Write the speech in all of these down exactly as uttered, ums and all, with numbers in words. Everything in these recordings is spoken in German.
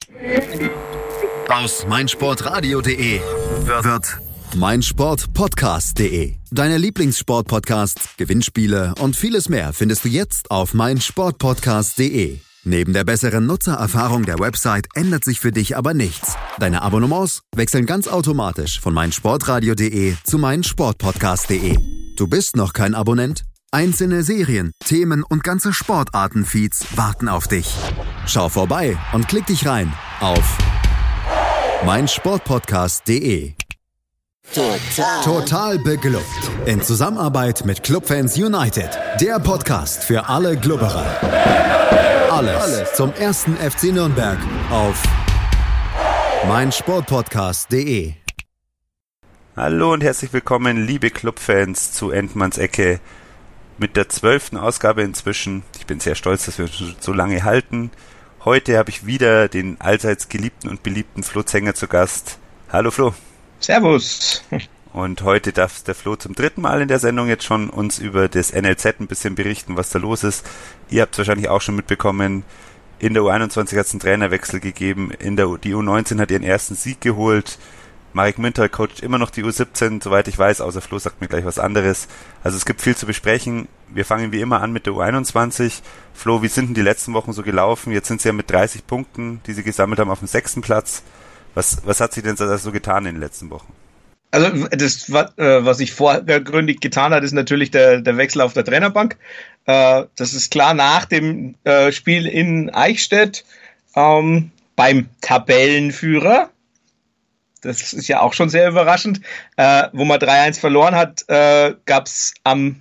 Aus meinsportradio punkt de wird meinsportpodcast punkt de. Deine Lieblingssportpodcasts, Gewinnspiele und vieles mehr findest du jetzt auf meinsportpodcast punkt de. Neben der besseren Nutzererfahrung der Website ändert sich für dich aber nichts. Deine Abonnements wechseln ganz automatisch von meinsportradio punkt de zu meinsportpodcast punkt de. Du bist noch kein Abonnent? Einzelne Serien, Themen und ganze Sportarten-Feeds warten auf dich. Schau vorbei und klick dich rein auf meinsportpodcast punkt de. Total. Total beglückt. In Zusammenarbeit mit Clubfans United. Der Podcast für alle Glubberer. Alles, Alles zum ersten F C Nürnberg auf meinsportpodcast punkt de. Hallo und herzlich willkommen, liebe Clubfans, zu Endmanns Ecke mit der zwölften Ausgabe inzwischen. Ich bin sehr stolz, dass wir uns so lange halten. Heute habe ich wieder den allseits geliebten und beliebten Flo Zenger zu Gast. Hallo Flo. Servus. Und heute darf der Flo zum dritten Mal in der Sendung jetzt schon uns über das N L Z ein bisschen berichten, was da los ist. Ihr habt es wahrscheinlich auch schon mitbekommen, in der U einundzwanzig hat es einen Trainerwechsel gegeben, in der U- die U neunzehn hat ihren ersten Sieg geholt, Marek Minter coacht immer noch die U siebzehn, soweit ich weiß, außer Flo sagt mir gleich was anderes. Also es gibt viel zu besprechen. Wir fangen wie immer an mit der U einundzwanzig. Flo, wie sind denn die letzten Wochen so gelaufen? Jetzt sind sie ja mit dreißig Punkten, die sie gesammelt haben, auf dem sechsten Platz. Was, was hat sich denn so getan in den letzten Wochen? Also das, was sich vorgründig getan hat, ist natürlich der, der Wechsel auf der Trainerbank. Das ist klar nach dem Spiel in Eichstätt ähm, beim Tabellenführer. Das ist ja auch schon sehr überraschend. Äh, wo man drei eins verloren hat, äh, gab es am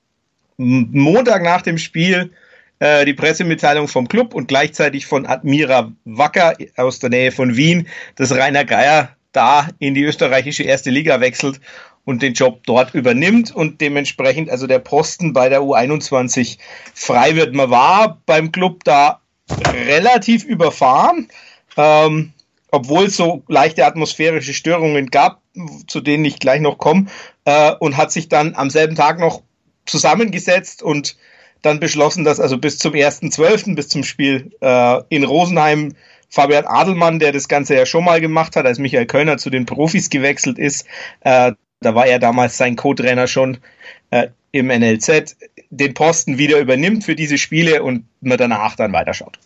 Montag nach dem Spiel äh, die Pressemitteilung vom Club und gleichzeitig von Admira Wacker aus der Nähe von Wien, dass Rainer Geier da in die österreichische erste Liga wechselt und den Job dort übernimmt und dementsprechend also der Posten bei der U einundzwanzig frei wird. Man war beim Club da relativ überfahren, ähm, obwohl es so leichte atmosphärische Störungen gab, zu denen ich gleich noch komme, äh, und hat sich dann am selben Tag noch zusammengesetzt und dann beschlossen, dass also bis zum ersten zwölften bis zum Spiel äh, in Rosenheim, Fabian Adelmann, der das Ganze ja schon mal gemacht hat, als Michael Kölner zu den Profis gewechselt ist, äh, da war er damals sein Co-Trainer schon äh, im N L Z, den Posten wieder übernimmt für diese Spiele und man danach dann weiterschaut.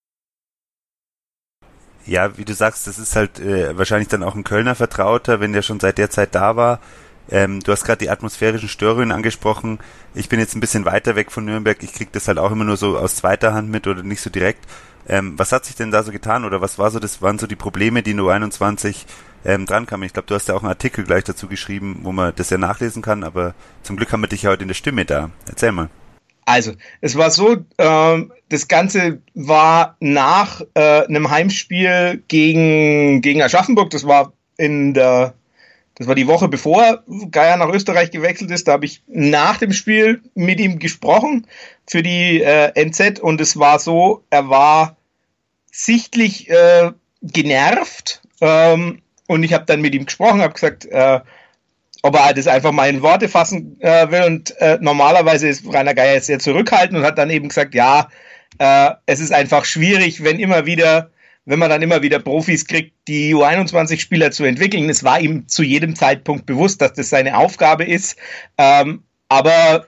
Ja, wie du sagst, das ist halt äh, wahrscheinlich dann auch ein Kölner Vertrauter, wenn der schon seit der Zeit da war. Ähm, du hast gerade die atmosphärischen Störungen angesprochen. Ich bin jetzt ein bisschen weiter weg von Nürnberg. Ich krieg das halt auch immer nur so aus zweiter Hand mit oder nicht so direkt. Ähm, was hat sich denn da so getan oder was war so, das waren so die Probleme, die in U einundzwanzig ähm, dran kamen? Ich glaube, du hast ja auch einen Artikel gleich dazu geschrieben, wo man das ja nachlesen kann, aber zum Glück haben wir dich ja heute in der Stimme da. Erzähl mal. Also, es war so, äh, das Ganze war nach äh, einem Heimspiel gegen, gegen Aschaffenburg, das war in der, das war die Woche bevor Geier nach Österreich gewechselt ist, da habe ich nach dem Spiel mit ihm gesprochen für die äh, N Z und es war so, er war sichtlich äh, genervt ähm, und ich habe dann mit ihm gesprochen, habe gesagt, äh, ob er das einfach mal in Worte fassen äh, will und äh, normalerweise ist Rainer Geier jetzt sehr zurückhaltend und hat dann eben gesagt, ja, äh, es ist einfach schwierig, wenn immer wieder, wenn man dann immer wieder Profis kriegt, die U einundzwanzig Spieler zu entwickeln. Es war ihm zu jedem Zeitpunkt bewusst, dass das seine Aufgabe ist, ähm, aber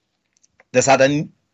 das hat er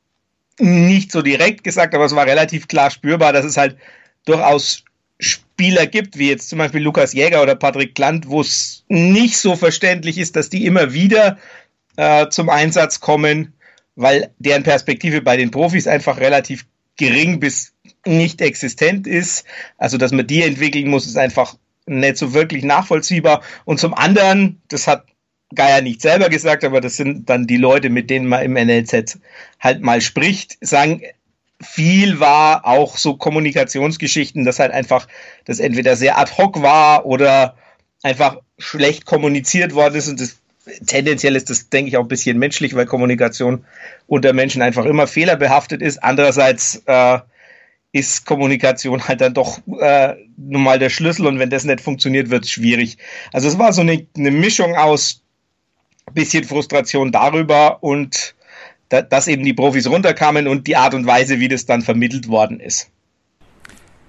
nicht so direkt gesagt, aber es war relativ klar spürbar, dass es halt durchaus Spieler gibt, wie jetzt zum Beispiel Lukas Jäger oder Patrick Klant, wo es nicht so verständlich ist, dass die immer wieder äh, zum Einsatz kommen, weil deren Perspektive bei den Profis einfach relativ gering bis nicht existent ist. Also, dass man die entwickeln muss, ist einfach nicht so wirklich nachvollziehbar. Und zum anderen, das hat Geier nicht selber gesagt, aber das sind dann die Leute, mit denen man im N L Z halt mal spricht, sagen, viel war auch so Kommunikationsgeschichten, dass halt einfach das entweder sehr ad hoc war oder einfach schlecht kommuniziert worden ist und das, tendenziell ist das, denke ich, auch ein bisschen menschlich, weil Kommunikation unter Menschen einfach immer fehlerbehaftet ist. Andererseits äh, ist Kommunikation halt dann doch äh, nun mal der Schlüssel und wenn das nicht funktioniert, wird es schwierig. Also es war so eine, eine Mischung aus bisschen Frustration darüber und dass eben die Profis runterkamen und die Art und Weise, wie das dann vermittelt worden ist.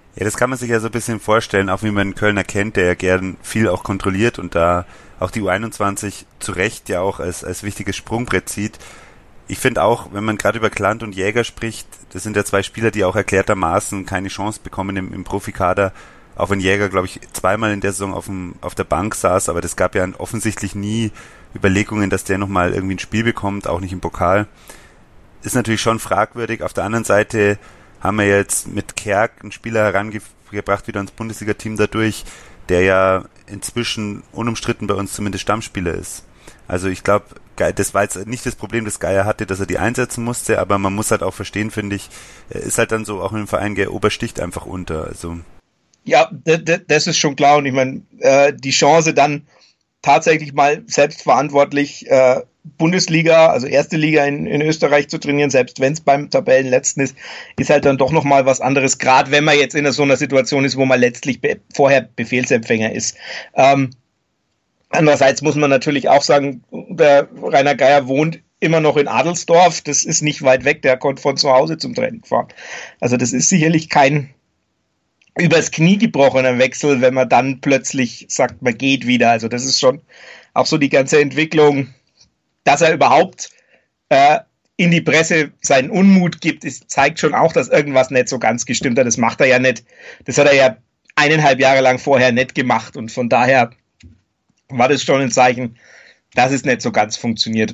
Ja, das kann man sich ja so ein bisschen vorstellen, auch wie man einen Kölner kennt, der ja gern viel auch kontrolliert und da auch die U einundzwanzig zu Recht ja auch als, als wichtiges Sprungbrett sieht. Ich finde auch, wenn man gerade über Klant und Jäger spricht, das sind ja zwei Spieler, die auch erklärtermaßen keine Chance bekommen im, im Profikader, auch wenn Jäger, glaube ich, zweimal in der Saison auf, dem, auf der Bank saß, aber das gab ja offensichtlich nie Überlegungen, dass der nochmal irgendwie ein Spiel bekommt, auch nicht im Pokal. Ist natürlich schon fragwürdig. Auf der anderen Seite haben wir jetzt mit Kerk einen Spieler herangebracht, wieder ins Bundesliga-Team dadurch, der ja inzwischen unumstritten bei uns zumindest Stammspieler ist. Also ich glaube, das war jetzt nicht das Problem, das Geier hatte, dass er die einsetzen musste, aber man muss halt auch verstehen, finde ich, ist halt dann so auch im Verein, der obersticht einfach unter. Also ja, d- d- das ist schon klar und ich meine, äh, die Chance dann tatsächlich mal selbstverantwortlich äh, Bundesliga, also erste Liga in, in Österreich zu trainieren, selbst wenn es beim Tabellenletzten ist, ist halt dann doch nochmal was anderes, gerade wenn man jetzt in so einer Situation ist, wo man letztlich be- vorher Befehlsempfänger ist. Ähm, andererseits muss man natürlich auch sagen, der Rainer Geier wohnt immer noch in Adelsdorf, das ist nicht weit weg, der konnte von zu Hause zum Training fahren. Also das ist sicherlich kein übers Knie gebrochener Wechsel, wenn man dann plötzlich sagt, man geht wieder. Also das ist schon auch so die ganze Entwicklung, dass er überhaupt äh, in die Presse seinen Unmut gibt, ist, zeigt schon auch, dass irgendwas nicht so ganz gestimmt hat. Das macht er ja nicht. Das hat er ja eineinhalb Jahre lang vorher nicht gemacht und von daher war das schon ein Zeichen, dass es nicht so ganz funktioniert.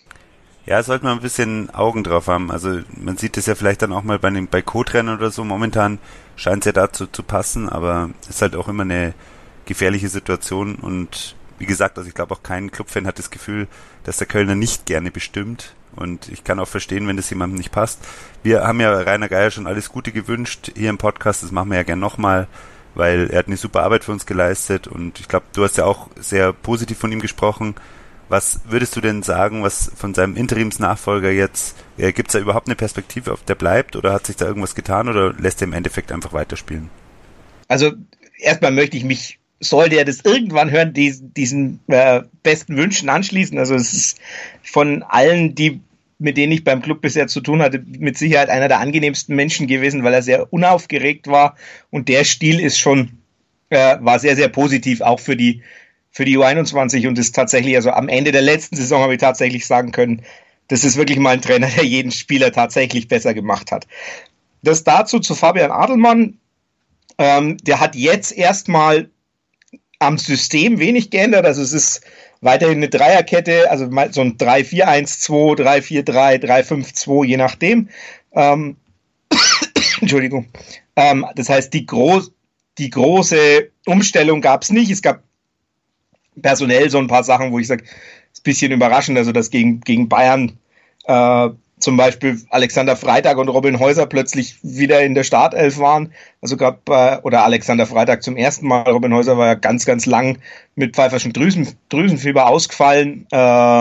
ja, sollte man ein bisschen Augen drauf haben. Also man sieht das ja vielleicht dann auch mal bei den bei Co-Trainern oder so. Momentan scheint es ja dazu zu passen, aber es ist halt auch immer eine gefährliche Situation und wie gesagt, also ich glaube auch kein Clubfan hat das Gefühl, dass der Kölner nicht gerne bestimmt und ich kann auch verstehen, wenn das jemandem nicht passt. Wir haben ja Rainer Geier schon alles Gute gewünscht hier im Podcast, das machen wir ja gern nochmal, weil er hat eine super Arbeit für uns geleistet und ich glaube, du hast ja auch sehr positiv von ihm gesprochen. Was würdest du denn sagen, was von seinem Interimsnachfolger jetzt, äh, gibt es da überhaupt eine Perspektive, auf der bleibt oder hat sich da irgendwas getan oder lässt er im Endeffekt einfach weiterspielen? Also erstmal möchte ich mich, sollte er das irgendwann hören, diesen, diesen äh, besten Wünschen anschließen. Also es ist von allen, die mit denen ich beim Club bisher zu tun hatte, mit Sicherheit einer der angenehmsten Menschen gewesen, weil er sehr unaufgeregt war und der Stil ist schon, äh, war sehr, sehr positiv, auch für die für die U einundzwanzig und ist tatsächlich, also am Ende der letzten Saison habe ich tatsächlich sagen können, das ist wirklich mal ein Trainer, der jeden Spieler tatsächlich besser gemacht hat. Das dazu zu Fabian Adelmann, ähm, der hat jetzt erstmal am System wenig geändert, also es ist weiterhin eine Dreierkette, also so ein drei vier eins zwei, drei vier drei, drei fünf zwei, je nachdem. Ähm, Entschuldigung. Ähm, das heißt, die, groß, die große Umstellung gab es nicht, es gab personell so ein paar Sachen, wo ich sage, ist ein bisschen überraschend, also dass gegen, gegen Bayern äh, zum Beispiel Alexander Freitag und Robin Häuser plötzlich wieder in der Startelf waren, also gab äh, oder Alexander Freitag zum ersten Mal, Robin Häuser war ja ganz, ganz lang mit pfeiferschen Drüsen, Drüsenfieber ausgefallen, äh,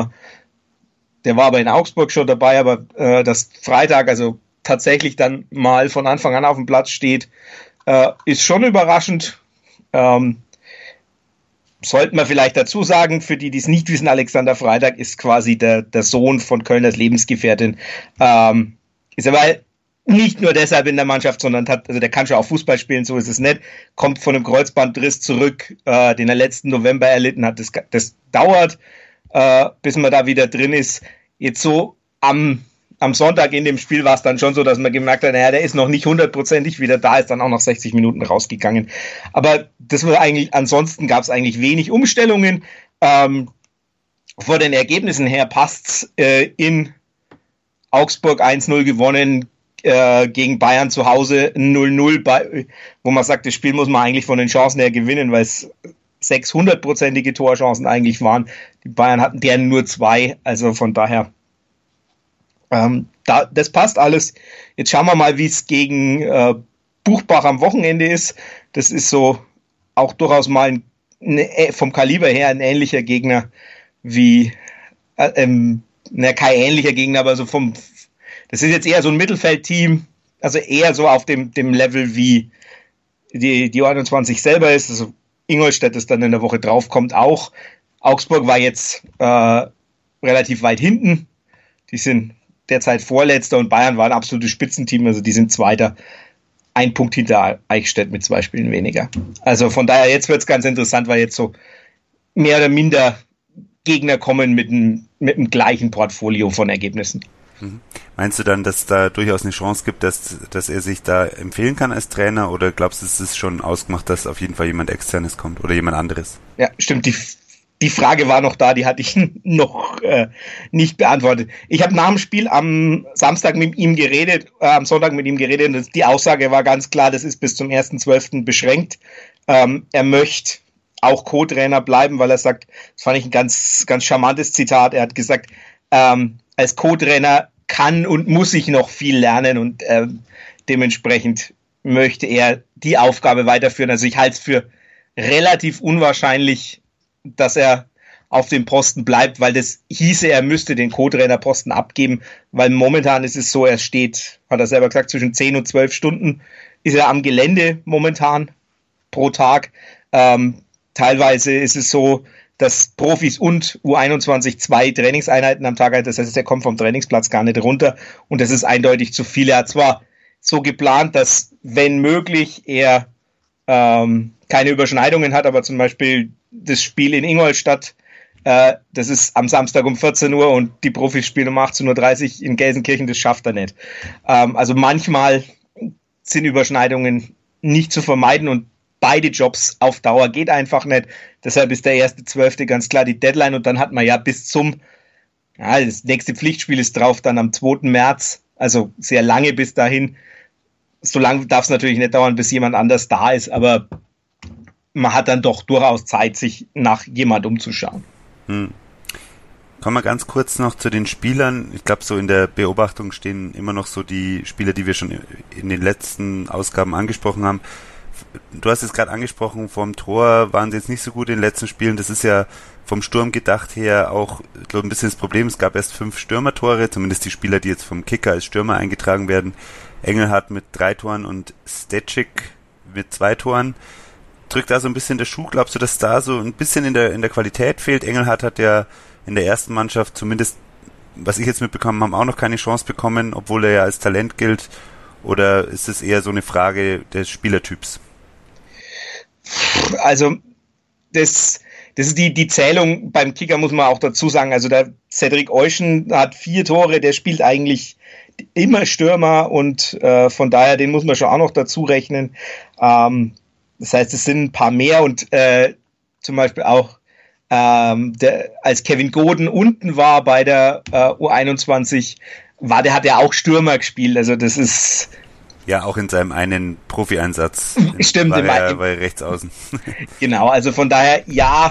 der war aber in Augsburg schon dabei, aber äh, dass Freitag also tatsächlich dann mal von Anfang an auf dem Platz steht, äh, ist schon überraschend. ähm, Sollten wir vielleicht dazu sagen, für die, die es nicht wissen, Alexander Freitag ist quasi der, der Sohn von Kölners Lebensgefährtin. Ähm, ist aber nicht nur deshalb in der Mannschaft, sondern hat, also der kann schon auch Fußball spielen, so ist es nicht. Kommt von einem Kreuzbandriss zurück, äh, den er letzten November erlitten hat. Das, das dauert, äh, bis man da wieder drin ist. Jetzt so am Am Sonntag in dem Spiel war es dann schon so, dass man gemerkt hat, naja, der ist noch nicht hundertprozentig wieder da, ist dann auch nach sechzig Minuten rausgegangen. Aber das war eigentlich, ansonsten gab es eigentlich wenig Umstellungen. Ähm, vor den Ergebnissen her passt's, äh, in Augsburg eins null gewonnen, äh, gegen Bayern zu Hause null null, bei, wo man sagt, das Spiel muss man eigentlich von den Chancen her gewinnen, weil es sechshundertprozentige Torchancen eigentlich waren. Die Bayern hatten deren nur zwei, also von daher Ähm, da, das passt alles. Jetzt schauen wir mal, wie es gegen äh, Buchbach am Wochenende ist. Das ist so auch durchaus mal ein, ne, vom Kaliber her ein ähnlicher Gegner wie, äh, ähm, ne, kein ähnlicher Gegner, aber so vom, das ist jetzt eher so ein Mittelfeldteam, also eher so auf dem, dem Level wie die, die U einundzwanzig selber ist. Also Ingolstadt ist dann in der Woche drauf, kommt auch. Augsburg war jetzt äh, relativ weit hinten. Die sind derzeit Vorletzter und Bayern war ein absolutes Spitzenteam, also die sind Zweiter. ein Punkt hinter Eichstätt mit zwei Spielen weniger. Also von daher, jetzt wird es ganz interessant, weil jetzt so mehr oder minder Gegner kommen mit dem, mit dem gleichen Portfolio von Ergebnissen. Mhm. Meinst du dann, dass da durchaus eine Chance gibt, dass, dass er sich da empfehlen kann als Trainer, oder glaubst du, es ist schon ausgemacht, dass auf jeden Fall jemand Externes kommt oder jemand anderes? Ja, stimmt. Die, die Frage war noch da, die hatte ich noch äh, nicht beantwortet. Ich habe nach dem Spiel am Samstag mit ihm geredet, äh, am Sonntag mit ihm geredet, und das, die Aussage war ganz klar, das ist bis zum ersten zwölften beschränkt. Ähm, er möchte auch Co-Trainer bleiben, weil er sagt, das fand ich ein ganz, ganz charmantes Zitat, er hat gesagt, ähm, als Co-Trainer kann und muss ich noch viel lernen, und äh, dementsprechend möchte er die Aufgabe weiterführen. Also ich halte es für relativ unwahrscheinlich, dass er auf dem Posten bleibt, weil das hieße, er müsste den Co-Trainer-Posten abgeben, weil momentan ist es so, er steht, hat er selber gesagt, zwischen zehn und zwölf Stunden ist er am Gelände momentan pro Tag. Ähm, teilweise ist es so, dass Profis und U einundzwanzig zwei Trainingseinheiten am Tag hat. Das heißt, er kommt vom Trainingsplatz gar nicht runter, und das ist eindeutig zu viel. Er hat zwar so geplant, dass, wenn möglich, er ähm, keine Überschneidungen hat, aber zum Beispiel das Spiel in Ingolstadt, äh, das ist am Samstag um vierzehn Uhr, und die Profis spielen um achtzehn Uhr dreißig in Gelsenkirchen, das schafft er nicht. Ähm, also manchmal sind Überschneidungen nicht zu vermeiden, und beide Jobs auf Dauer geht einfach nicht. Deshalb ist der erste zwölfte ganz klar die Deadline, und dann hat man ja bis zum, ja, das nächste Pflichtspiel ist drauf, dann am zweiten März, also sehr lange bis dahin. So lange darf es natürlich nicht dauern, bis jemand anders da ist, aber man hat dann doch durchaus Zeit, sich nach jemand umzuschauen. Hm. Kommen wir ganz kurz noch zu den Spielern. Ich glaube, so in der Beobachtung stehen immer noch so die Spieler, die wir schon in den letzten Ausgaben angesprochen haben. Du hast es gerade angesprochen, vom Tor waren sie jetzt nicht so gut in den letzten Spielen. Das ist ja vom Sturm gedacht her auch, ich glaube, ein bisschen das Problem. Es gab erst fünf Stürmertore, zumindest die Spieler, die jetzt vom Kicker als Stürmer eingetragen werden. Engelhardt mit drei Toren und Stecik mit zwei Toren. Drückt da so ein bisschen der Schuh? Glaubst du, dass da so ein bisschen in der in der Qualität fehlt? Engelhardt hat ja in der ersten Mannschaft, zumindest was ich jetzt mitbekommen habe, auch noch keine Chance bekommen, obwohl er ja als Talent gilt. Oder ist es eher so eine Frage des Spielertyps? Also das, das ist die, die Zählung beim Kicker, muss man auch dazu sagen. Also der Cedric Euschen hat vier Tore, der spielt eigentlich immer Stürmer, und äh, von daher, den muss man schon auch noch dazu rechnen. Ähm, das heißt, es sind ein paar mehr, und äh, zum Beispiel auch ähm, der, als Kevin Goden unten war bei der äh, U einundzwanzig, war der hat ja auch Stürmer gespielt. Also das ist ja, auch in seinem einen Profi-Einsatz. Stimmt, war im er, war er rechts außen. Genau, also von daher, ja,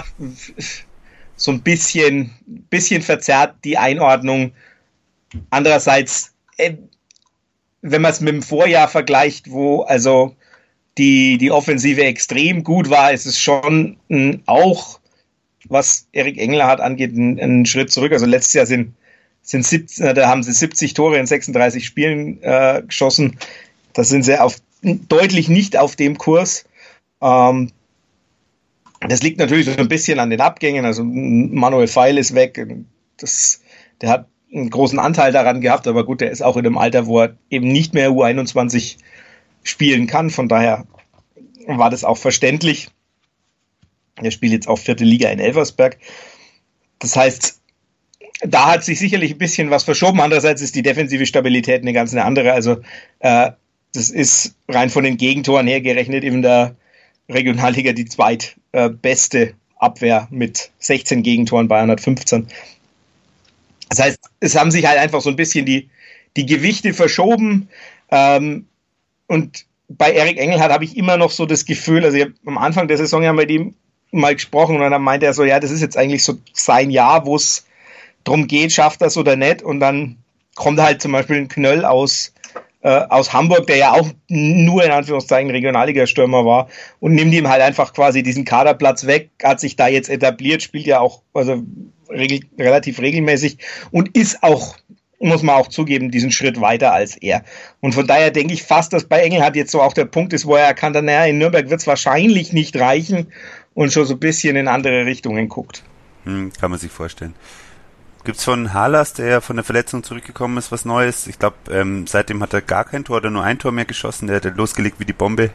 so ein bisschen, bisschen verzerrt die Einordnung. Andererseits, äh, wenn man es mit dem Vorjahr vergleicht, wo also die, die Offensive extrem gut war, ist es schon äh, auch, was Erik Engelhardt angeht, ein, ein Schritt zurück. Also letztes Jahr sind, sind siebzig, da haben sie siebzig Tore in sechsunddreißig Spielen äh, geschossen. Das sind sie auf, deutlich nicht auf dem Kurs. Ähm, das liegt natürlich so ein bisschen an den Abgängen. Also Manuel Feil ist weg. Das, der hat einen großen Anteil daran gehabt, aber gut, der ist auch in einem Alter, wo er eben nicht mehr U einundzwanzig spielen kann. Von daher war das auch verständlich. Er spielt jetzt auch vierte Liga in Elversberg. Das heißt, da hat sich sicherlich ein bisschen was verschoben. Andererseits ist die defensive Stabilität eine ganz eine andere. Also äh, das ist rein von den Gegentoren her gerechnet in der Regionalliga die zweitbeste äh, Abwehr mit sechzehn Gegentoren bei hundertfünfzehn. Das heißt, es haben sich halt einfach so ein bisschen die, die Gewichte verschoben. Ähm, und bei Erik Engelhardt habe ich immer noch so das Gefühl, also ich hab am Anfang der Saison ja mit ihm mal gesprochen, und dann meinte er so, ja, das ist jetzt eigentlich so sein Jahr, wo es drum geht, schafft das oder nicht, und dann kommt halt zum Beispiel ein Knöll aus, äh, aus Hamburg, der ja auch nur in Anführungszeichen Regionalliga-Stürmer war, und nimmt ihm halt einfach quasi diesen Kaderplatz weg, hat sich da jetzt etabliert, spielt ja auch also regel, relativ regelmäßig und ist auch, muss man auch zugeben, diesen Schritt weiter als er. Und von daher denke ich fast, dass bei Engelhardt jetzt so auch der Punkt ist, wo er erkannt hat, naja, in Nürnberg wird es wahrscheinlich nicht reichen, und schon so ein bisschen in andere Richtungen guckt. Hm, kann man sich vorstellen. Gibt's von Halas, der ja von der Verletzung zurückgekommen ist, was Neues? Ich glaube, ähm, seitdem hat er gar kein Tor oder nur ein Tor mehr geschossen. Der hat losgelegt wie die Bombe.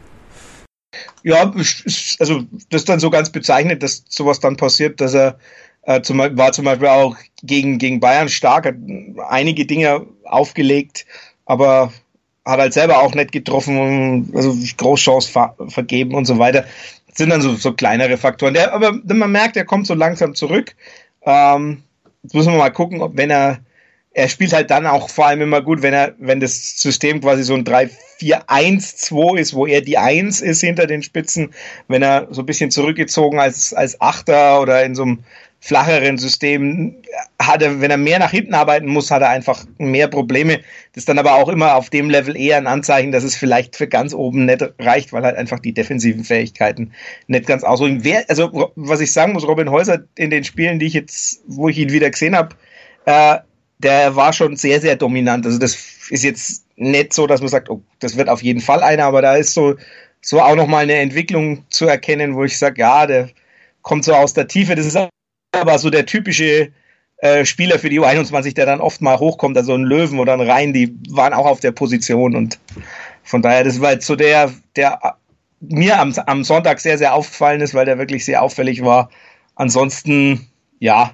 Ja, also das ist dann so ganz bezeichnet, dass sowas dann passiert, dass er äh, zum, war zum Beispiel auch gegen, gegen Bayern stark, hat einige Dinge aufgelegt, aber hat halt selber auch nicht getroffen, also Großchance ver- vergeben und so weiter. Das sind dann so, so kleinere Faktoren. Der, aber man merkt, er kommt so langsam zurück. Ähm, jetzt müssen wir mal gucken, ob wenn er, er spielt halt dann auch vor allem immer gut, wenn er, wenn das System quasi so ein drei vier eins zwei ist, wo er die Eins ist hinter den Spitzen, wenn er so ein bisschen zurückgezogen als, als Achter oder in so einem flacheren System hat er, wenn er mehr nach hinten arbeiten muss, hat er einfach mehr Probleme. Das ist dann aber auch immer auf dem Level eher ein Anzeichen, dass es vielleicht für ganz oben nicht reicht, weil halt einfach die defensiven Fähigkeiten nicht ganz ausreichen. Wer, also was ich sagen muss, Robin Häuser in den Spielen, die ich jetzt, wo ich ihn wieder gesehen habe, äh, der war schon sehr, sehr dominant. Also das ist jetzt nicht so, dass man sagt, oh, das wird auf jeden Fall einer, aber da ist so, so auch nochmal eine Entwicklung zu erkennen, wo ich sage, ja, der kommt so aus der Tiefe. Das ist aber so der typische äh, Spieler für die U einundzwanzig, der dann oft mal hochkommt, also ein Löwen oder ein Rhein, die waren auch auf der Position und von daher, das war jetzt so der, der mir am, am Sonntag sehr, sehr aufgefallen ist, weil der wirklich sehr auffällig war. Ansonsten, ja,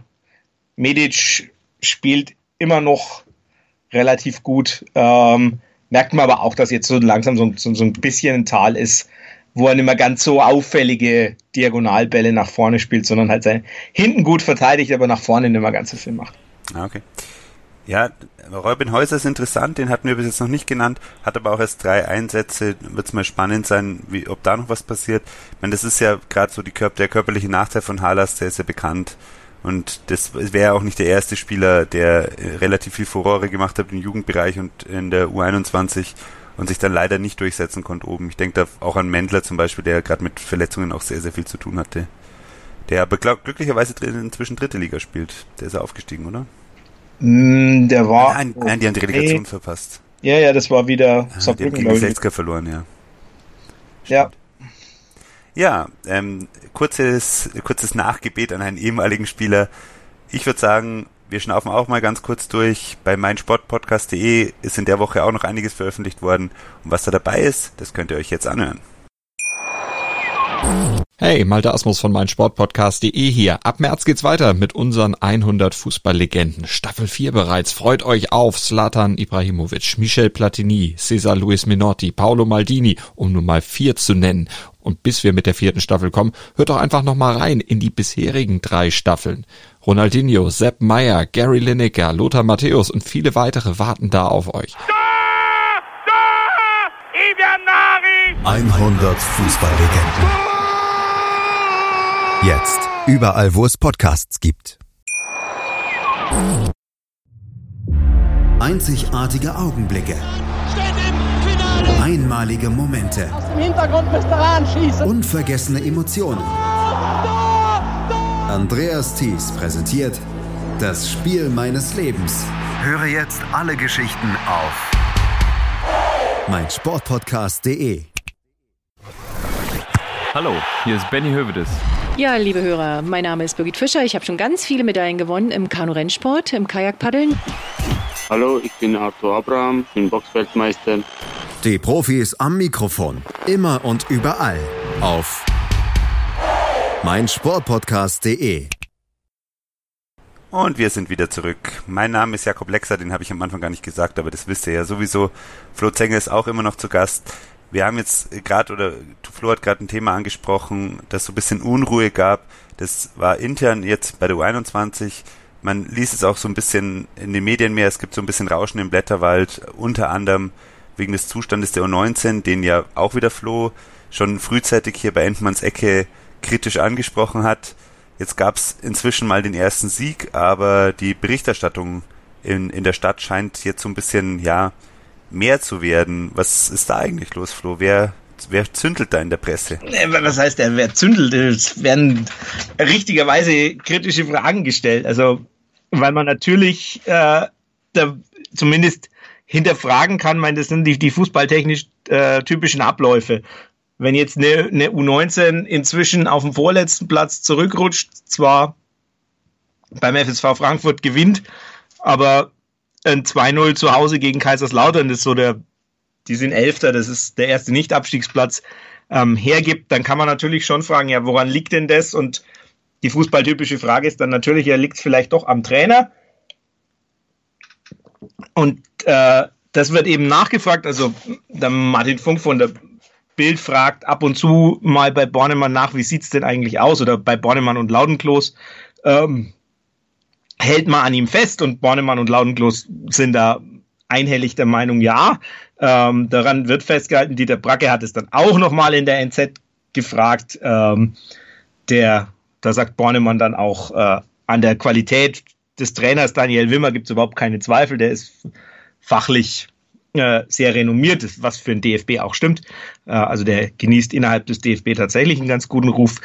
Medic spielt immer noch relativ gut. Ähm, merkt man aber auch, dass jetzt so langsam so, so, so ein bisschen ein Tal ist, wo er nicht mehr ganz so auffällige Diagonalbälle nach vorne spielt, sondern halt sein hinten gut verteidigt, aber nach vorne nicht mehr ganz so viel macht. Okay. Ja, Robin Häuser ist interessant, den hatten wir bis jetzt noch nicht genannt, hat aber auch erst drei Einsätze, wird es mal spannend sein, wie, ob da noch was passiert. Ich meine, das ist ja gerade so die Kör- der körperliche Nachteil von Halas, der ist ja bekannt. Und das wäre auch nicht der erste Spieler, der relativ viel Furore gemacht hat im Jugendbereich und in der U einundzwanzig und sich dann leider nicht durchsetzen konnte oben. Ich denke da auch an Mendler zum Beispiel, der gerade mit Verletzungen auch sehr, sehr viel zu tun hatte. Der aber glaub, glücklicherweise inzwischen dritte Liga spielt. Der ist ja aufgestiegen, oder? Mm, der war... Nein, nein, die haben die Relegation nee. verpasst. Ja, ja, das war wieder... Ah, die haben gegen die sechziger verloren, ja. Stimmt. Ja. Ja, ähm, kurzes, kurzes Nachgebet an einen ehemaligen Spieler. Ich würde sagen, wir schnaufen auch mal ganz kurz durch. Bei meinsportpodcast punkt de ist in der Woche auch noch einiges veröffentlicht worden. Und was da dabei ist, das könnt ihr euch jetzt anhören. Hey, Malte Asmus von meinsportpodcast punkt de hier. Ab März geht's weiter mit unseren hundert Fußballlegenden. Staffel vier bereits. Freut euch auf Zlatan Ibrahimovic, Michel Platini, Cesar Luis Minotti, Paolo Maldini, um nur mal vier zu nennen. Und bis wir mit der vierten Staffel kommen, hört doch einfach noch mal rein in die bisherigen drei Staffeln. Ronaldinho, Sepp Maier, Gary Lineker, Lothar Matthäus und viele weitere warten da auf euch. hundert Fußballlegenden. Jetzt überall, wo es Podcasts gibt. Einzigartige Augenblicke. Einmalige Momente. Im Hintergrund müsst ihr anschießen. Unvergessene Emotionen. Andreas Thies präsentiert das Spiel meines Lebens. Höre jetzt alle Geschichten auf meinsportpodcast punkt de. Hallo, hier ist Benny Hövedes. Ja, liebe Hörer, mein Name ist Birgit Fischer. Ich habe schon ganz viele Medaillen gewonnen im Kanu-Rennsport, im Kajakpaddeln. Hallo, ich bin Arthur Abraham, bin Boxfeldmeister. Die Profis am Mikrofon, immer und überall auf meinsportpodcast punkt de. Und wir sind wieder zurück. Mein Name ist Jakob Lexer, den habe ich am Anfang gar nicht gesagt, aber das wisst ihr ja sowieso. Flo Zenger ist auch immer noch zu Gast. Wir haben jetzt gerade, oder Flo hat gerade ein Thema angesprochen, das so ein bisschen Unruhe gab. Das war intern jetzt bei der U einundzwanzig. Man liest es auch so ein bisschen in den Medien mehr. Es gibt so ein bisschen Rauschen im Blätterwald, unter anderem wegen des Zustandes der U neunzehn, den ja auch wieder Flo schon frühzeitig hier bei Entmanns Ecke kritisch angesprochen hat. Jetzt gab es inzwischen mal den ersten Sieg, aber die Berichterstattung in, in der Stadt scheint jetzt so ein bisschen, ja, mehr zu werden. Was ist da eigentlich los, Flo? Wer, wer zündelt da in der Presse? Was heißt der, wer zündelt? Es werden richtigerweise kritische Fragen gestellt. Also, weil man natürlich äh, da zumindest hinterfragen kann, meine, das sind die, die fußballtechnisch äh, typischen Abläufe. Wenn jetzt eine, eine U neunzehn inzwischen auf dem vorletzten Platz zurückrutscht, zwar beim F S V Frankfurt gewinnt, aber ein zwei null zu Hause gegen Kaiserslautern, das ist so der, die sind Elfter, das ist der erste Nicht-Abstiegsplatz, ähm, hergibt, dann kann man natürlich schon fragen, ja, woran liegt denn das? Und die fußballtypische Frage ist dann natürlich, ja, liegt es vielleicht doch am Trainer? Und äh, das wird eben nachgefragt, also der Martin Funk von der Bild fragt ab und zu mal bei Bornemann nach, wie sieht es denn eigentlich aus? Oder bei Bornemann und Laudenklos ähm, hält man an ihm fest und Bornemann und Laudenklos sind da einhellig der Meinung, ja. Ähm, daran wird festgehalten, Dieter Bracke hat es dann auch nochmal in der N Z gefragt. Ähm, der, da sagt Bornemann dann auch, äh, an der Qualität des Trainers Daniel Wimmer gibt es überhaupt keine Zweifel, der ist fachlich äh, sehr renommiert, was für den D F B auch stimmt. Äh, also der genießt innerhalb des D F B tatsächlich einen ganz guten Ruf.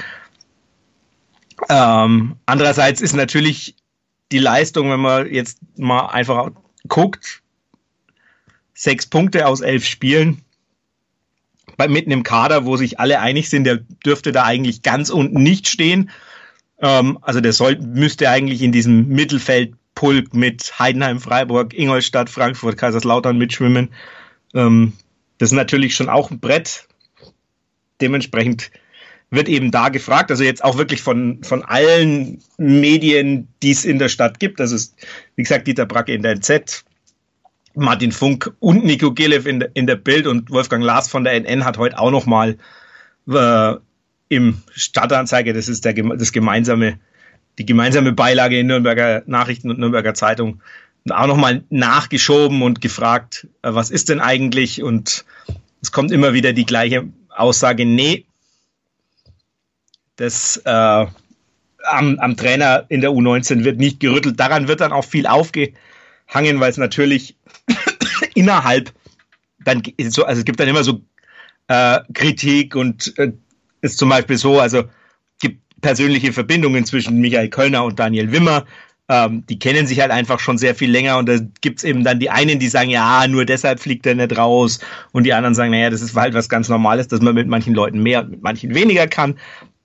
Ähm, andererseits ist natürlich die Leistung, wenn man jetzt mal einfach guckt, sechs Punkte aus elf Spielen, bei, mitten im Kader, wo sich alle einig sind, der dürfte da eigentlich ganz unten nicht stehen. Ähm, also der soll, müsste eigentlich in diesem Mittelfeldpulk mit Heidenheim, Freiburg, Ingolstadt, Frankfurt, Kaiserslautern mitschwimmen. Ähm, das ist natürlich schon auch ein Brett. Dementsprechend wird eben da gefragt, also jetzt auch wirklich von, von allen Medien, die es in der Stadt gibt. Also ist, wie gesagt, Dieter Bracke in der N Z, Martin Funk und Nico Gillev in der, in der Bild und Wolfgang Lars von der N N hat heute auch nochmal äh, im Stadtanzeiger, das ist der, das gemeinsame, die gemeinsame Beilage in Nürnberger Nachrichten und Nürnberger Zeitung, auch nochmal nachgeschoben und gefragt, äh, was ist denn eigentlich? Und es kommt immer wieder die gleiche Aussage, nee, Das äh, am, am Trainer in der U neunzehn wird nicht gerüttelt. Daran wird dann auch viel aufgehangen, weil es natürlich innerhalb dann so, also es gibt dann immer so äh, Kritik und äh, ist zum Beispiel so, also gibt persönliche Verbindungen zwischen Michael Kölner und Daniel Wimmer. Ähm, die kennen sich halt einfach schon sehr viel länger und da gibt es eben dann die einen, die sagen, ja, nur deshalb fliegt er nicht raus und die anderen sagen, naja, das ist halt was ganz Normales, dass man mit manchen Leuten mehr und mit manchen weniger kann.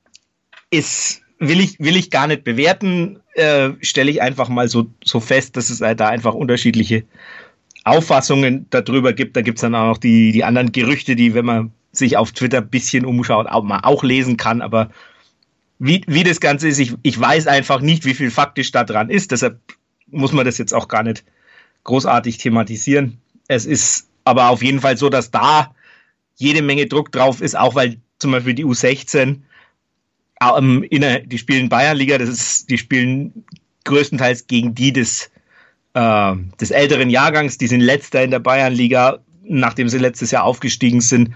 Ist, will ich, will ich gar nicht bewerten, äh, stelle ich einfach mal so, so fest, dass es halt da einfach unterschiedliche Auffassungen darüber gibt. Da gibt es dann auch noch die, die anderen Gerüchte, die, wenn man sich auf Twitter ein bisschen umschaut, auch mal auch lesen kann. Aber wie, wie das Ganze ist, ich, ich weiß einfach nicht, wie viel faktisch da dran ist. Deshalb muss man das jetzt auch gar nicht großartig thematisieren. Es ist aber auf jeden Fall so, dass da jede Menge Druck drauf ist, auch weil zum Beispiel die U sechzehn Ähm, in der, die spielen Bayernliga, das ist, die spielen größtenteils gegen die des, äh, des älteren Jahrgangs, die sind letzter in der Bayernliga, nachdem sie letztes Jahr aufgestiegen sind.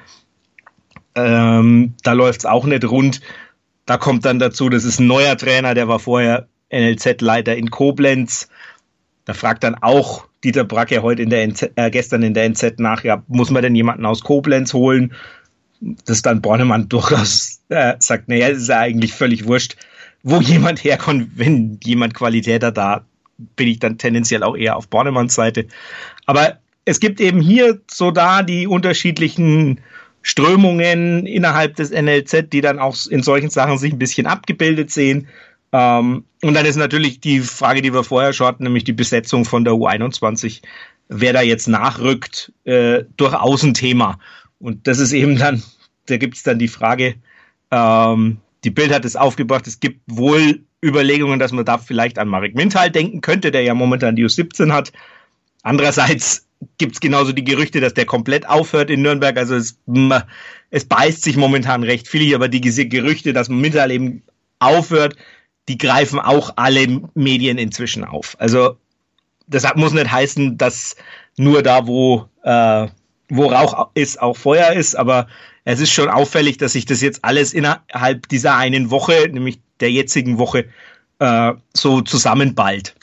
Ähm, da läuft es auch nicht rund. Da kommt dann dazu, das ist ein neuer Trainer, der war vorher N L Z-Leiter in Koblenz. Da fragt dann auch Dieter Bracke heute in der N Z, äh, gestern in der N Z nach, ja, muss man denn jemanden aus Koblenz holen? Dass dann Bornemann durchaus äh, sagt, naja, es ist ja eigentlich völlig wurscht, wo jemand herkommt, wenn jemand Qualität hat, da bin ich dann tendenziell auch eher auf Bornemanns Seite. Aber es gibt eben hier so da die unterschiedlichen Strömungen innerhalb des N L Z, die dann auch in solchen Sachen sich ein bisschen abgebildet sehen. Ähm, und dann ist natürlich die Frage, die wir vorher schon hatten, nämlich die Besetzung von der U einundzwanzig, wer da jetzt nachrückt, äh, durchaus ein Thema. Und das ist eben dann, da gibt es dann die Frage, ähm, die Bild hat es aufgebracht, es gibt wohl Überlegungen, dass man da vielleicht an Marek Minthal denken könnte, der ja momentan die U siebzehn hat. Andererseits gibt es genauso die Gerüchte, dass der komplett aufhört in Nürnberg. Also es, es beißt sich momentan recht viel, aber die Gerüchte, dass Minthal eben aufhört, die greifen auch alle Medien inzwischen auf. Also das muss nicht heißen, dass nur da, wo äh, wo Rauch ist, auch Feuer ist, aber es ist schon auffällig, dass sich das jetzt alles innerhalb dieser einen Woche, nämlich der jetzigen Woche, äh, so zusammenballt.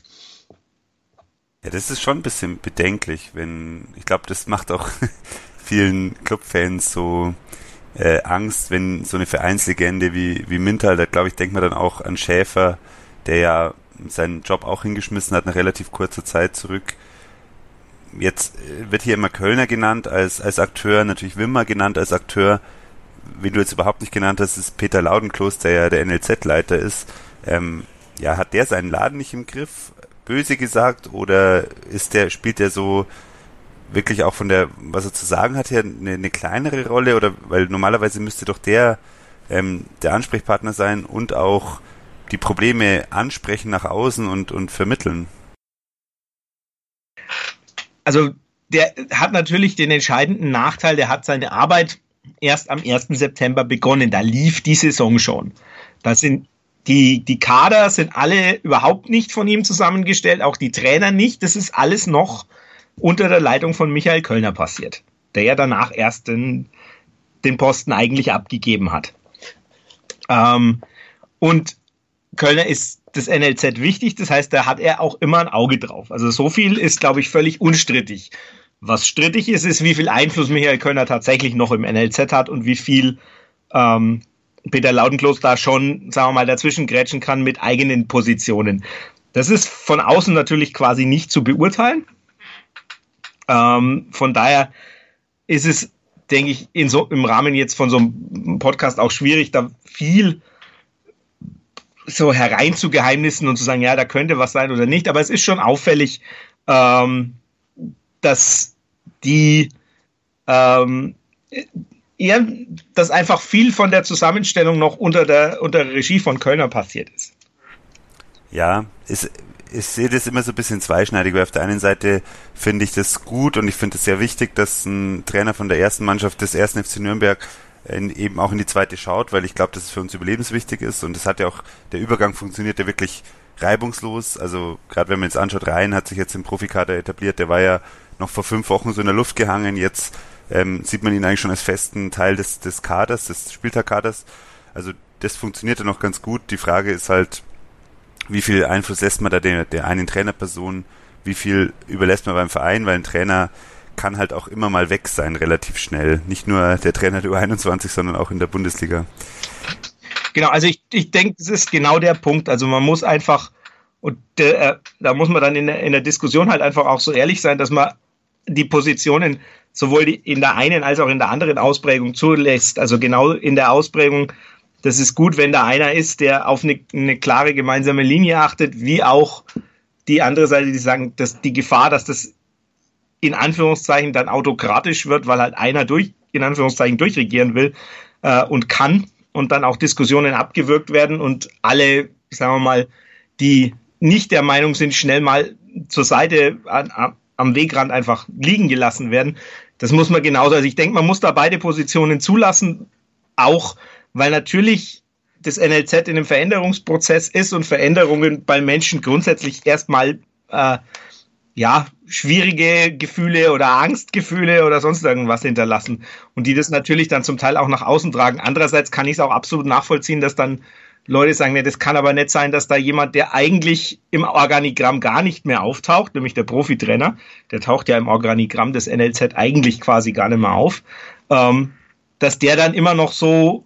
Ja, das ist schon ein bisschen bedenklich, wenn, ich glaube, das macht auch vielen Clubfans so äh, Angst, wenn so eine Vereinslegende wie, wie Minthal, da glaube ich, denkt man dann auch an Schäfer, der ja seinen Job auch hingeschmissen hat nach relativ kurzer Zeit zurück. Jetzt wird hier immer Kölner genannt als, als Akteur, natürlich Wimmer genannt als Akteur. Wen du jetzt überhaupt nicht genannt hast, ist Peter Laudenklos, der ja der N L Z-Leiter ist. Ähm, ja, hat der seinen Laden nicht im Griff, böse gesagt, oder ist der, spielt der so wirklich auch von der, was er zu sagen hat, her eine, eine kleinere Rolle, oder, weil normalerweise müsste doch der ähm, der Ansprechpartner sein und auch die Probleme ansprechen nach außen und, und vermitteln. Also der hat natürlich den entscheidenden Nachteil, der hat seine Arbeit erst am ersten September begonnen, da lief die Saison schon. Da sind die, die Kader sind alle überhaupt nicht von ihm zusammengestellt, auch die Trainer nicht, das ist alles noch unter der Leitung von Michael Kölner passiert, der ja danach erst den, den Posten eigentlich abgegeben hat. Ähm, und Kölner ist das N L Z wichtig, das heißt, da hat er auch immer ein Auge drauf. Also so viel ist, glaube ich, völlig unstrittig. Was strittig ist, ist, wie viel Einfluss Michael Kölner tatsächlich noch im N L Z hat und wie viel ähm, Peter Lautenklos da schon, sagen wir mal, dazwischen grätschen kann mit eigenen Positionen. Das ist von außen natürlich quasi nicht zu beurteilen. Ähm, von daher ist es, denke ich, in so, im Rahmen jetzt von so einem Podcast auch schwierig, da viel so herein zu Geheimnissen und zu sagen, ja, da könnte was sein oder nicht. Aber es ist schon auffällig, ähm, dass die ähm, eher, dass einfach viel von der Zusammenstellung noch unter der, unter der Regie von Kölner passiert ist. Ja, es ich sehe das immer so ein bisschen zweischneidig, weil auf der einen Seite finde ich das gut und ich finde es sehr wichtig, dass ein Trainer von der ersten Mannschaft des ersten F C Nürnberg in, eben auch in die zweite schaut, weil ich glaube, dass es für uns überlebenswichtig ist und es hat ja auch, der Übergang funktioniert ja wirklich reibungslos, also gerade wenn man jetzt anschaut, Rhein hat sich jetzt im Profikader etabliert, der war ja noch vor fünf Wochen so in der Luft gehangen, jetzt ähm, sieht man ihn eigentlich schon als festen Teil des, des Kaders, des Spieltagkaders, also das funktioniert ja noch ganz gut, die Frage ist halt, wie viel Einfluss lässt man da der, der einen Trainerperson, wie viel überlässt man beim Verein, weil ein Trainer kann halt auch immer mal weg sein, relativ schnell. Nicht nur der Trainer der U einundzwanzig, sondern auch in der Bundesliga. Genau, also ich, ich denke, das ist genau der Punkt. Also man muss einfach, und äh, da muss man dann in der, in der Diskussion halt einfach auch so ehrlich sein, dass man die Positionen sowohl die, in der einen als auch in der anderen Ausprägung zulässt. Also genau in der Ausprägung, das ist gut, wenn da einer ist, der auf eine, eine klare gemeinsame Linie achtet, wie auch die andere Seite, die sagen, dass die Gefahr, dass das in Anführungszeichen dann autokratisch wird, weil halt einer durch, in Anführungszeichen durchregieren will äh, und kann und dann auch Diskussionen abgewürgt werden und alle, sagen wir mal, die nicht der Meinung sind, schnell mal zur Seite an, an, am Wegrand einfach liegen gelassen werden. Das muss man genauso, also ich denke, man muss da beide Positionen zulassen, auch weil natürlich das N L Z in einem Veränderungsprozess ist und Veränderungen bei Menschen grundsätzlich erstmal äh, ja, schwierige Gefühle oder Angstgefühle oder sonst irgendwas hinterlassen und die das natürlich dann zum Teil auch nach außen tragen. Andererseits kann ich es auch absolut nachvollziehen, dass dann Leute sagen, nee, das kann aber nicht sein, dass da jemand, der eigentlich im Organigramm gar nicht mehr auftaucht, nämlich der Profitrainer, der taucht ja im Organigramm des N L Z eigentlich quasi gar nicht mehr auf, ähm, dass der dann immer noch so,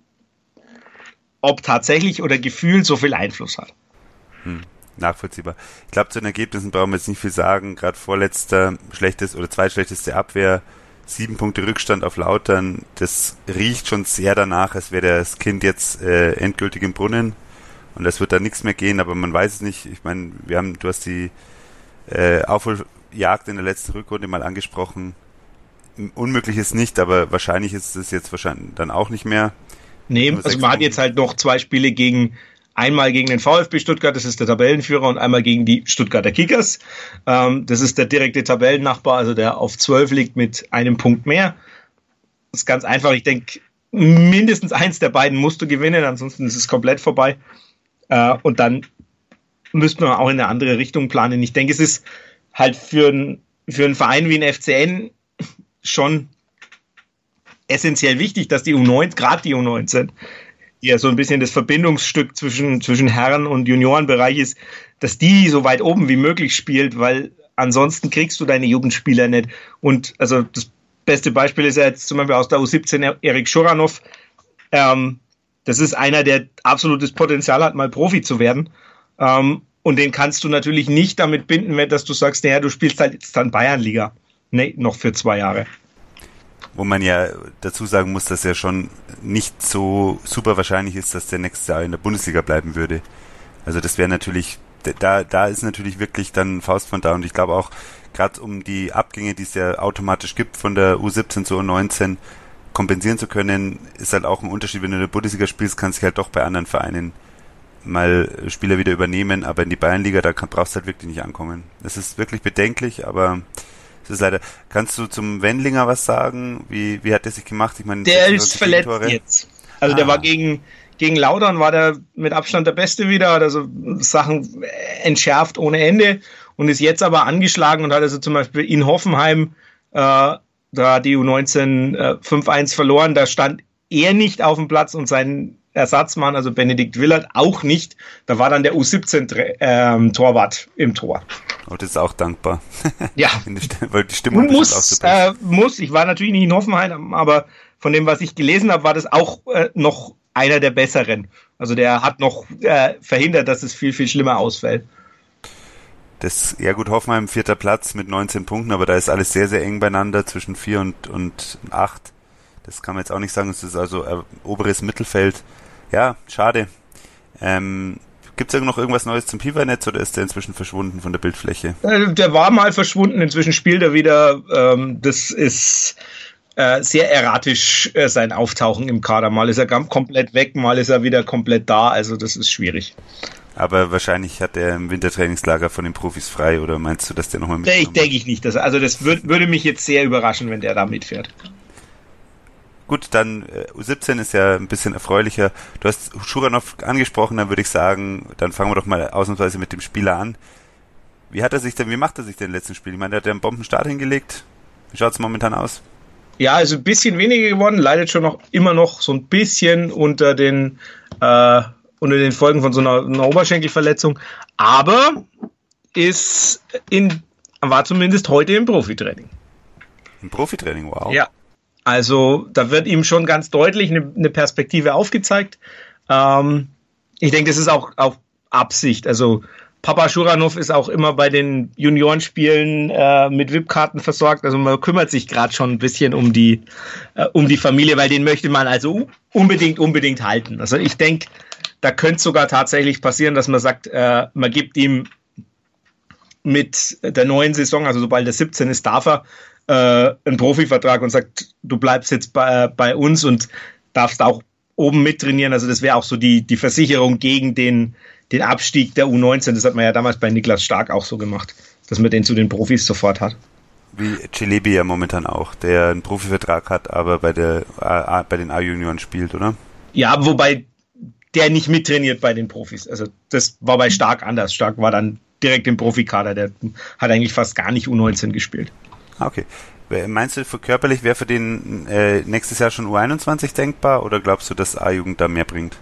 ob tatsächlich oder gefühlt, so viel Einfluss hat. Hm, nachvollziehbar. Ich glaube, zu den Ergebnissen brauchen wir jetzt nicht viel sagen. Gerade vorletzter, schlechtes oder zweitschlechteste Abwehr, sieben Punkte Rückstand auf Lautern. Das riecht schon sehr danach, als wäre das Kind jetzt äh, endgültig im Brunnen. Und es wird da nichts mehr gehen, aber man weiß es nicht. Ich meine, wir haben, du hast die äh, Aufholjagd in der letzten Rückrunde mal angesprochen. Unmöglich ist nicht, aber wahrscheinlich ist es jetzt wahrscheinlich dann auch nicht mehr. Nee, also man hat jetzt halt noch zwei Spiele gegen, einmal gegen den VfB Stuttgart, das ist der Tabellenführer, und einmal gegen die Stuttgarter Kickers. Ähm, das ist der direkte Tabellennachbar, also der auf zwölf liegt mit einem Punkt mehr. Das ist ganz einfach, ich denke, mindestens eins der beiden musst du gewinnen, ansonsten ist es komplett vorbei. Äh, und dann müsste man auch in eine andere Richtung planen. Ich denke, es ist halt für, ein, für einen Verein wie ein F C N schon essentiell wichtig, dass die U neunzehn, gerade die U neunzehn, die ja so ein bisschen das Verbindungsstück zwischen, zwischen Herren- und Juniorenbereich ist, dass die so weit oben wie möglich spielt, weil ansonsten kriegst du deine Jugendspieler nicht. Und also das beste Beispiel ist ja jetzt zum Beispiel aus der U siebzehn Erik Schuranov. Ähm, das ist einer, der absolutes Potenzial hat, mal Profi zu werden. Ähm, und den kannst du natürlich nicht damit binden, dass du sagst, naja, du spielst halt jetzt dann Bayernliga. Nee, noch für zwei Jahre. Wo man ja dazu sagen muss, dass ja schon nicht so super wahrscheinlich ist, dass der nächstes Jahr in der Bundesliga bleiben würde. Also das wäre natürlich, da da ist natürlich wirklich dann Faust von da und ich glaube auch, gerade um die Abgänge, die es ja automatisch gibt von der U siebzehn zur U neunzehn kompensieren zu können, ist halt auch ein Unterschied, wenn du in der Bundesliga spielst, kannst du halt doch bei anderen Vereinen mal Spieler wieder übernehmen, aber in die Bayernliga, da kann, brauchst du halt wirklich nicht ankommen. Das ist wirklich bedenklich, aber es ist leider. Kannst du zum Wendlinger was sagen? Wie, wie hat der sich gemacht? Ich meine, der ist verletzt Tore. Jetzt. Also ah. der war gegen, gegen Laudern, war der mit Abstand der Beste wieder, hat also Sachen entschärft ohne Ende und ist jetzt aber angeschlagen und hat also zum Beispiel in Hoffenheim, äh, da hat die U neunzehn äh, fünf eins verloren, da stand er nicht auf dem Platz und sein Ersatzmann, also Benedikt Willert, auch nicht. Da war dann der U siebzehn ähm, Torwart im Tor. Oh, das ist auch dankbar. Ja. Weil die Stimmung muss, auch so äh, muss. Ich war natürlich nicht in Hoffenheim, aber von dem, was ich gelesen habe, war das auch äh, noch einer der Besseren. Also der hat noch äh, verhindert, dass es viel, viel schlimmer ausfällt. Das, ja gut, Hoffenheim vierter Platz mit neunzehn Punkten, aber da ist alles sehr, sehr eng beieinander, zwischen vier und, und acht. Das kann man jetzt auch nicht sagen, es ist also äh, oberes Mittelfeld. Ja, schade. Ähm, Gibt es noch irgendwas Neues zum Pivernetz oder ist der inzwischen verschwunden von der Bildfläche? Äh, der war mal verschwunden, inzwischen spielt er wieder. Ähm, das ist äh, sehr erratisch, äh, sein Auftauchen im Kader. Mal ist er ganz komplett weg, mal ist er wieder komplett da, also das ist schwierig. Aber wahrscheinlich hat er im Wintertrainingslager von den Profis frei, oder meinst du, dass der nochmal mitkommt? Ich denke ich nicht. Dass, also das würd, würde mich jetzt sehr überraschen, wenn der da mitfährt. Gut, dann äh, U siebzehn ist ja ein bisschen erfreulicher. Du hast Schuranov angesprochen, dann würde ich sagen, dann fangen wir doch mal ausnahmsweise mit dem Spieler an. Wie hat er sich denn, wie macht er sich denn im letzten Spiel? Ich meine, der hat ja einen Bombenstart hingelegt. Wie schaut es momentan aus? Ja, also ein bisschen weniger geworden, leidet schon noch immer noch so ein bisschen unter den äh, unter den Folgen von so einer, einer Oberschenkelverletzung, aber ist in war zumindest heute im Profitraining. Im Profitraining, wow. Ja. Also da wird ihm schon ganz deutlich eine, eine Perspektive aufgezeigt. Ähm, ich denke, das ist auch auf Absicht. Also Papa Schuranov ist auch immer bei den Juniorenspielen äh, mit V I P-Karten versorgt. Also man kümmert sich gerade schon ein bisschen um die äh, um die Familie, weil den möchte man also unbedingt, unbedingt halten. Also ich denke, da könnte es sogar tatsächlich passieren, dass man sagt, äh, man gibt ihm mit der neuen Saison, also sobald er siebzehn ist, darf er äh, einen Profivertrag und sagt, du bleibst jetzt bei, bei uns und darfst auch oben mittrainieren. Also das wäre auch so die, die Versicherung gegen den, den Abstieg der U neunzehn. Das hat man ja damals bei Niklas Stark auch so gemacht, dass man den zu den Profis sofort hat. Wie Celebi ja momentan auch, der einen Profivertrag hat, aber bei der A, bei den A-Junioren spielt, oder? Ja, wobei der nicht mittrainiert bei den Profis. Also das war bei Stark anders. Stark war dann direkt im Profikader. Der hat eigentlich fast gar nicht U neunzehn gespielt. Okay. Meinst du, für körperlich wäre für den äh, nächstes Jahr schon U einundzwanzig denkbar oder glaubst du, dass A-Jugend da mehr bringt?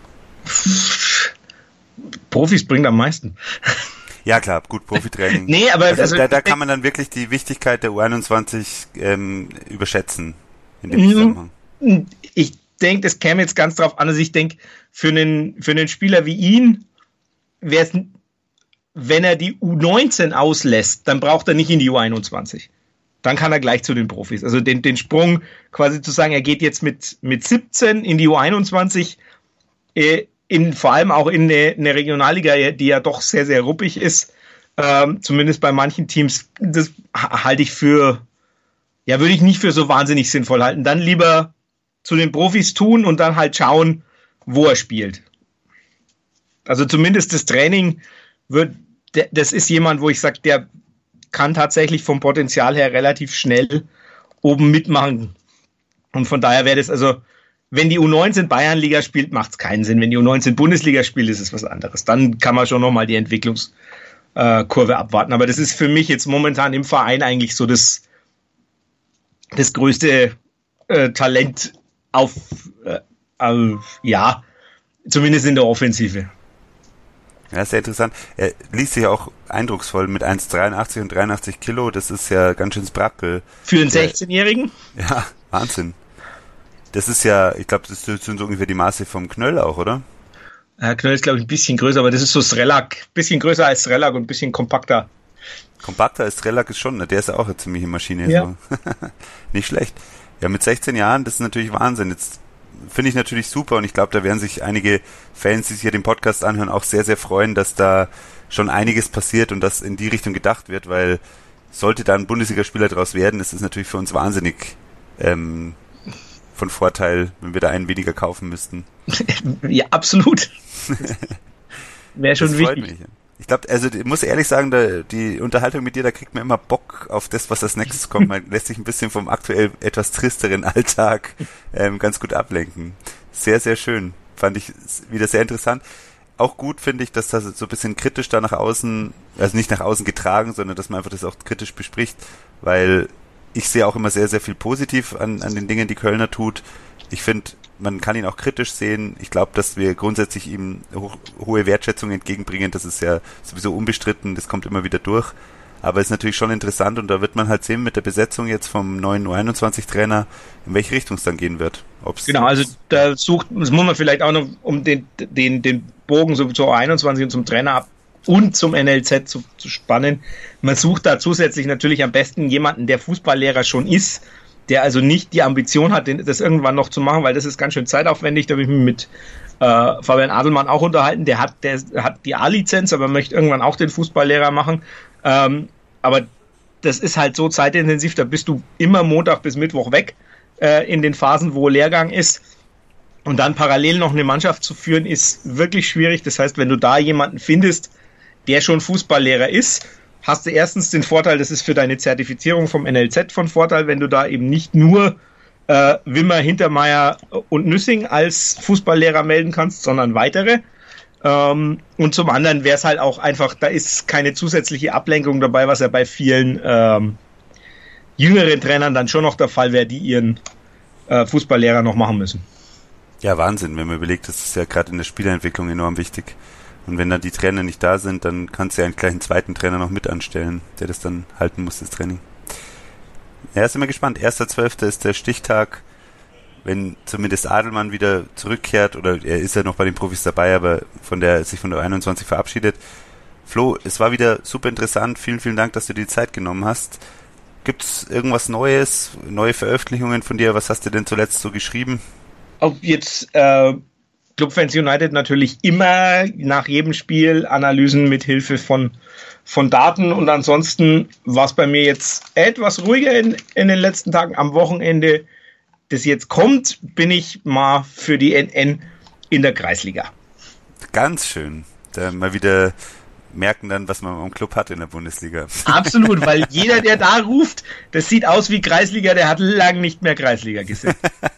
Profis bringt am meisten. Ja klar, gut, Profitraining. Nee, aber also, also, da, da kann man dann wirklich die Wichtigkeit der U einundzwanzig ähm, überschätzen in dem Zusammenhang. Ich denke, das käme jetzt ganz drauf an. Also ich denke, für einen, für einen Spieler wie ihn wäre es, wenn er die U neunzehn auslässt, dann braucht er nicht in die U einundzwanzig. Dann kann er gleich zu den Profis. Also den, den Sprung quasi zu sagen, er geht jetzt mit, mit siebzehn in die U einundzwanzig, äh, in, vor allem auch in eine, eine Regionalliga, die ja doch sehr, sehr ruppig ist, ähm, zumindest bei manchen Teams, das halte ich für, ja, würde ich nicht für so wahnsinnig sinnvoll halten. Dann lieber zu den Profis tun und dann halt schauen, wo er spielt. Also zumindest das Training wird, das ist jemand, wo ich sage, der kann tatsächlich vom Potenzial her relativ schnell oben mitmachen. Und von daher wäre das, also wenn die U neunzehn Bayernliga spielt, macht es keinen Sinn. Wenn die U neunzehn Bundesliga spielt, ist es was anderes. Dann kann man schon nochmal die Entwicklungskurve abwarten. Aber das ist für mich jetzt momentan im Verein eigentlich so das, das größte äh, Talent auf, äh, äh, ja, zumindest in der Offensive. Ja, sehr interessant. Er liest sich auch eindrucksvoll mit eins Komma dreiundachtzig und dreiundachtzig Kilo. Das ist ja ganz schön Sprackel. Für einen sechzehnjährigen? Ja, Wahnsinn. Das ist ja, ich glaube, das sind so ungefähr die Maße vom Knöll auch, oder? Ja, Knöll ist, glaube ich, ein bisschen größer, aber das ist so Srelak. Bisschen größer als Srelak und ein bisschen kompakter. Kompakter als Srelak ist schon, ne? Der ist ja auch eine ziemliche Maschine. Ja. So. Nicht schlecht. Ja, mit sechzehn Jahren, das ist natürlich Wahnsinn. Jetzt finde ich natürlich super und ich glaube, da werden sich einige Fans, die sich hier den Podcast anhören, auch sehr, sehr freuen, dass da schon einiges passiert und dass in die Richtung gedacht wird, weil sollte da ein Bundesligaspieler draus werden, ist es natürlich für uns wahnsinnig ähm, von Vorteil, wenn wir da einen weniger kaufen müssten. Ja, absolut. Wäre schon wichtig. Mich. Ich glaube, also ich muss ehrlich sagen, da, die Unterhaltung mit dir, da kriegt man immer Bock auf das, was als nächstes kommt. Man lässt sich ein bisschen vom aktuell etwas tristeren Alltag ähm, ganz gut ablenken. Sehr, sehr schön. Fand ich wieder sehr interessant. Auch gut finde ich, dass das so ein bisschen kritisch da nach außen, also nicht nach außen getragen, sondern dass man einfach das auch kritisch bespricht, weil ich sehe auch immer sehr, sehr viel positiv an, an den Dingen, die Kölner tut. Ich finde, man kann ihn auch kritisch sehen. Ich glaube, dass wir grundsätzlich ihm ho- hohe Wertschätzung entgegenbringen. Das ist ja sowieso unbestritten, das kommt immer wieder durch. Aber es ist natürlich schon interessant und da wird man halt sehen mit der Besetzung jetzt vom neuen U einundzwanzig Trainer, in welche Richtung es dann gehen wird. Ob's genau, also da sucht, das muss man vielleicht auch noch, um den, den, den Bogen so zur U einundzwanzig und zum Trainer ab und zum N L Z zu, zu spannen. Man sucht da zusätzlich natürlich am besten jemanden, der Fußballlehrer schon ist, der also nicht die Ambition hat, das irgendwann noch zu machen, weil das ist ganz schön zeitaufwendig. Da habe ich mich mit äh, Fabian Adelmann auch unterhalten. Der hat, der hat die A-Lizenz, aber möchte irgendwann auch den Fußballlehrer machen. Ähm, aber das ist halt so zeitintensiv, da bist du immer Montag bis Mittwoch weg äh, in den Phasen, wo Lehrgang ist. Und dann parallel noch eine Mannschaft zu führen, ist wirklich schwierig. Das heißt, wenn du da jemanden findest, der schon Fußballlehrer ist, hast du erstens den Vorteil, das ist für deine Zertifizierung vom N L Z von Vorteil, wenn du da eben nicht nur äh, Wimmer, Hintermeier und Nüssing als Fußballlehrer melden kannst, sondern weitere. Ähm, und zum anderen wäre es halt auch einfach, da ist keine zusätzliche Ablenkung dabei, was ja bei vielen ähm, jüngeren Trainern dann schon noch der Fall wäre, die ihren äh, Fußballlehrer noch machen müssen. Ja, Wahnsinn, wenn man überlegt, das ist ja gerade in der Spielerentwicklung enorm wichtig. Und wenn dann die Trainer nicht da sind, dann kannst du ja einen gleich zweiten Trainer noch mit anstellen, der das dann halten muss, das Training. Ja, sind wir gespannt. erster zwölfter ist der Stichtag, wenn zumindest Adelmann wieder zurückkehrt, oder er ist ja noch bei den Profis dabei, aber von der sich von der U einundzwanzig verabschiedet. Flo, es war wieder super interessant. Vielen, vielen Dank, dass du dir die Zeit genommen hast. Gibt's irgendwas Neues, neue Veröffentlichungen von dir? Was hast du denn zuletzt so geschrieben? Auch jetzt äh Clubfans United natürlich immer nach jedem Spiel Analysen mit Hilfe von, von Daten und ansonsten war es bei mir jetzt etwas ruhiger in, in den letzten Tagen. Am Wochenende, das jetzt kommt, bin ich mal für die N N in der Kreisliga. Ganz schön. Da mal wieder merken dann, was man am Club hat in der Bundesliga. Absolut, weil jeder, der da ruft, das sieht aus wie Kreisliga, der hat lang nicht mehr Kreisliga gesehen.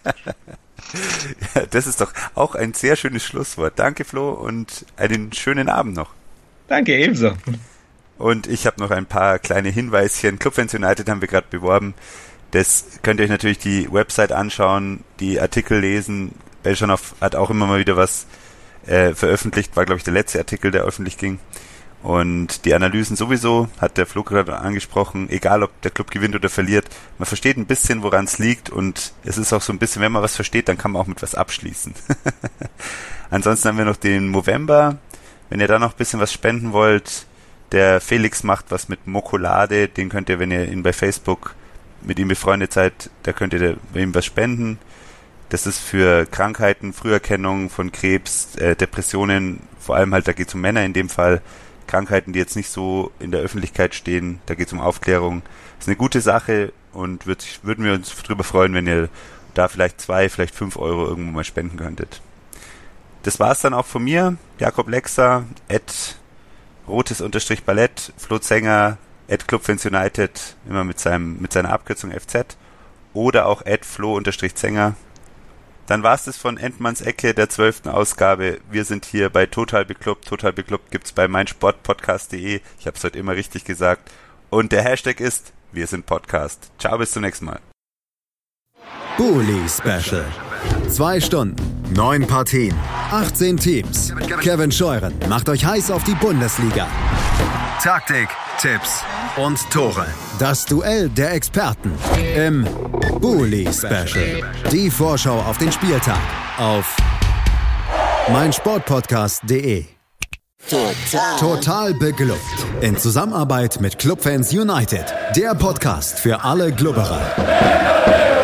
Ja, das ist doch auch ein sehr schönes Schlusswort. Danke, Flo, und einen schönen Abend noch. Danke, ebenso. Und ich habe noch ein paar kleine Hinweischen. Clubfans United haben wir gerade beworben. Das könnt ihr euch natürlich die Website anschauen, die Artikel lesen. Belschanow hat auch immer mal wieder was äh, veröffentlicht. War, glaube ich, der letzte Artikel, der öffentlich ging. Und die Analysen sowieso, hat der Flo gerade angesprochen, egal ob der Club gewinnt oder verliert, man versteht ein bisschen, woran es liegt und es ist auch so ein bisschen, wenn man was versteht, dann kann man auch mit was abschließen. Ansonsten haben wir noch den November, wenn ihr da noch ein bisschen was spenden wollt, der Felix macht was mit Mokolade, den könnt ihr, wenn ihr ihn bei Facebook mit ihm befreundet seid, da könnt ihr bei ihm was spenden. Das ist für Krankheiten, Früherkennung von Krebs, äh, Depressionen, vor allem halt, da geht es um Männer in dem Fall, Krankheiten, die jetzt nicht so in der Öffentlichkeit stehen, da geht es um Aufklärung. Das ist eine gute Sache und würd, würden wir uns drüber freuen, wenn ihr da vielleicht zwei, vielleicht fünf Euro irgendwo mal spenden könntet. Das war's dann auch von mir. Jakob Lexer, at rotes-ballett, Flo Zenger, at Clubfans United, immer mit seinem, mit seiner Abkürzung F Z oder auch at Flo-Zenger. Dann war es das von Entmanns Ecke der zwölften Ausgabe. Wir sind hier bei Total Beklubbt. Total Beklubbt gibt's bei meinsportpodcast punkt de. Ich habe es heute immer richtig gesagt. Und der Hashtag ist Wir sind Podcast. Ciao, bis zum nächsten Mal. Bully Special. Zwei Stunden, neun Partien, achtzehn Teams. Kevin Scheuren macht euch heiß auf die Bundesliga. Taktik, Tipps und Tore. Das Duell der Experten im Bully Special. Die Vorschau auf den Spieltag auf meinsportpodcast punkt de. Total. Total beglückt. In Zusammenarbeit mit Clubfans United. Der Podcast für alle Glubberer.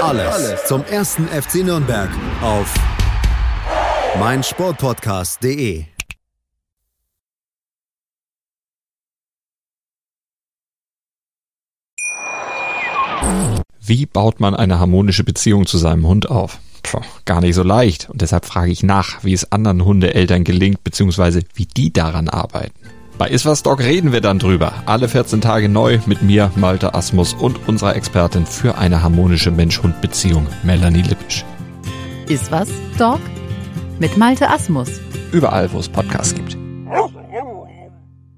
Alles zum ersten F C Nürnberg auf meinsportpodcast punkt de. Wie baut man eine harmonische Beziehung zu seinem Hund auf? Puh, gar nicht so leicht. Und deshalb frage ich nach, wie es anderen Hundeeltern gelingt, beziehungsweise wie die daran arbeiten. Bei Iswas Dog reden wir dann drüber. Alle vierzehn Tage neu mit mir, Malte Asmus, und unserer Expertin für eine harmonische Mensch-Hund-Beziehung, Melanie Lippisch. Iswas Dog mit Malte Asmus. Überall, wo es Podcasts gibt.